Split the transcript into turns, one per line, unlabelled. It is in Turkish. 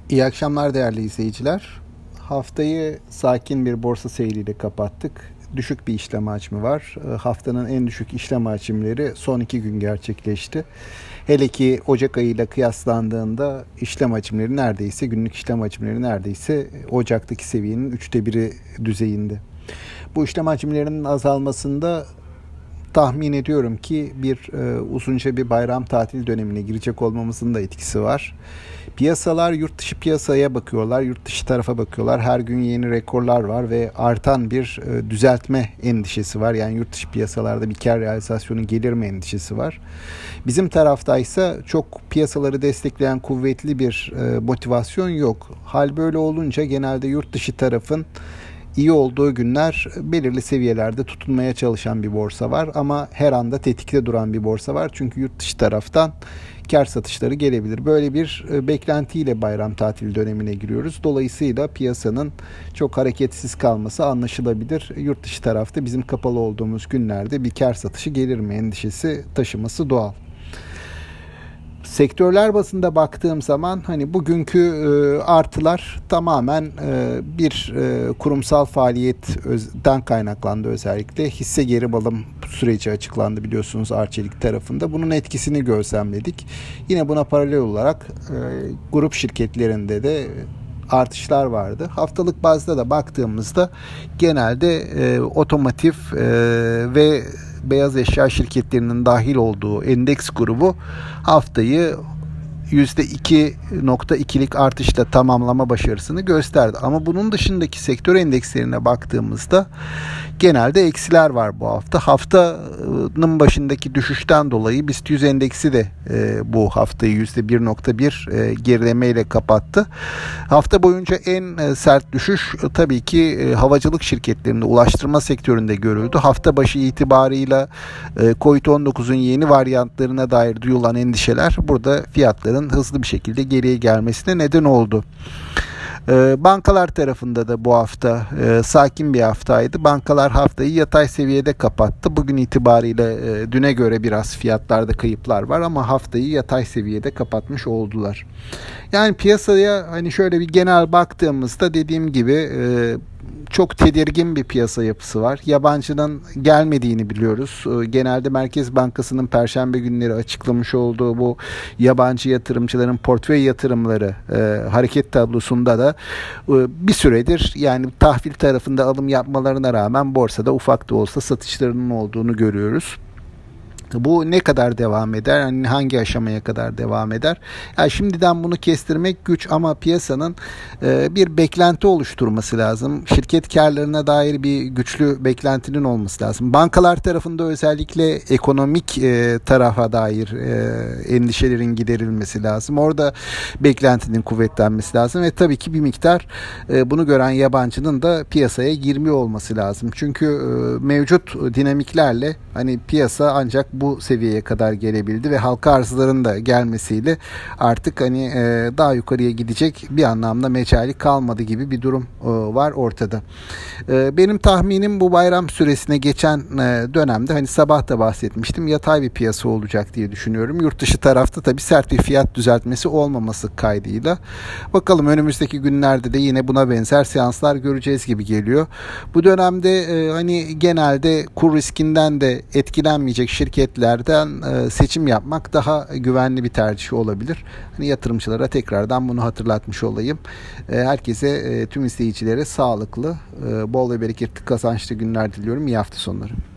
İyi akşamlar değerli izleyiciler. Haftayı sakin bir borsa seyriyle kapattık. Düşük bir işlem hacmi var. Haftanın en düşük işlem hacimleri son 2 gün gerçekleşti. Hele ki Ocak ayıyla kıyaslandığında işlem hacimleri neredeyse, günlük işlem hacimleri neredeyse Ocak'taki seviyenin 1/3 düzeyinde. Bu işlem hacimlerinin azalmasında tahmin ediyorum ki uzunca bir bayram tatil dönemine girecek olmamızın da etkisi var. Piyasalar yurt dışı piyasaya bakıyorlar, yurt dışı tarafa bakıyorlar. Her gün yeni rekorlar var ve artan bir düzeltme endişesi var. Yani yurt dışı piyasalarda bir kar realizasyonu gelir mi endişesi var. Bizim taraftaysa çok piyasaları destekleyen kuvvetli bir motivasyon yok. Hal böyle olunca genelde yurt dışı tarafın iyi olduğu günler belirli seviyelerde tutunmaya çalışan bir borsa var ama her anda tetikte duran bir borsa var. Çünkü yurt dışı taraftan kar satışları gelebilir. Böyle bir beklentiyle bayram tatil dönemine giriyoruz. Dolayısıyla piyasanın çok hareketsiz kalması anlaşılabilir. Yurt dışı tarafta bizim kapalı olduğumuz günlerde bir kar satışı gelir mi endişesi taşıması doğal. Sektörler bazında baktığım zaman bugünkü artılar tamamen bir kurumsal faaliyetten kaynaklandı. Özellikle hisse geri alım süreci açıklandı biliyorsunuz Arçelik tarafında. Bunun etkisini gözlemledik. Yine buna paralel olarak grup şirketlerinde de artışlar vardı. Haftalık bazda da baktığımızda genelde otomotiv ve beyaz eşya şirketlerinin dahil olduğu endeks grubu haftayı %2.2'lik artışla tamamlama başarısını gösterdi. Ama bunun dışındaki sektör endekslerine baktığımızda genelde eksiler var bu hafta. Haftanın başındaki düşüşten dolayı BIST 100 endeksi de bu haftayı %1.1 gerilemeyle kapattı. Hafta boyunca en sert düşüş tabii ki havacılık şirketlerinde, ulaştırma sektöründe görüldü. Hafta başı itibarıyla COVID-19'un yeni varyantlarına dair duyulan endişeler burada fiyatların hızlı bir şekilde geriye gelmesine neden oldu. Bankalar tarafında da bu hafta sakin bir haftaydı. Bankalar haftayı yatay seviyede kapattı. Bugün itibariyle düne göre biraz fiyatlarda kayıplar var ama haftayı yatay seviyede kapatmış oldular. Yani piyasaya şöyle bir genel baktığımızda dediğim gibi çok tedirgin bir piyasa yapısı var. Yabancının gelmediğini biliyoruz. Genelde Merkez Bankası'nın Perşembe günleri açıklamış olduğu bu yabancı yatırımcıların portföy yatırımları hareket tablosunda da bir süredir yani tahvil tarafında alım yapmalarına rağmen borsada ufak da olsa satışlarının olduğunu görüyoruz. Bu ne kadar devam eder? Hangi aşamaya kadar devam eder? Yani şimdiden bunu kestirmek güç ama piyasanın bir beklenti oluşturması lazım. Şirket karlarına dair bir güçlü beklentinin olması lazım. Bankalar tarafında özellikle ekonomik tarafa dair endişelerin giderilmesi lazım. Orada beklentinin kuvvetlenmesi lazım ve tabii ki bir miktar bunu gören yabancının da piyasaya girmiyor olması lazım. Çünkü mevcut dinamiklerle piyasa ancak bu seviyeye kadar gelebildi ve halka arzların da gelmesiyle artık daha yukarıya gidecek bir anlamda mecali kalmadı gibi bir durum var ortada. Benim tahminim bu bayram süresine geçen dönemde sabah da bahsetmiştim yatay bir piyasa olacak diye düşünüyorum. Yurt dışı tarafta tabii sert bir fiyat düzeltmesi olmaması kaydıyla. Bakalım önümüzdeki günlerde de yine buna benzer seanslar göreceğiz gibi geliyor. Bu dönemde genelde kur riskinden de etkilenmeyecek şirketlerden seçim yapmak daha güvenli bir tercih olabilir. Yatırımcılara tekrardan bunu hatırlatmış olayım. Herkese, tüm izleyicilere sağlıklı, bol ve bereketli kazançlı günler diliyorum. İyi hafta sonları.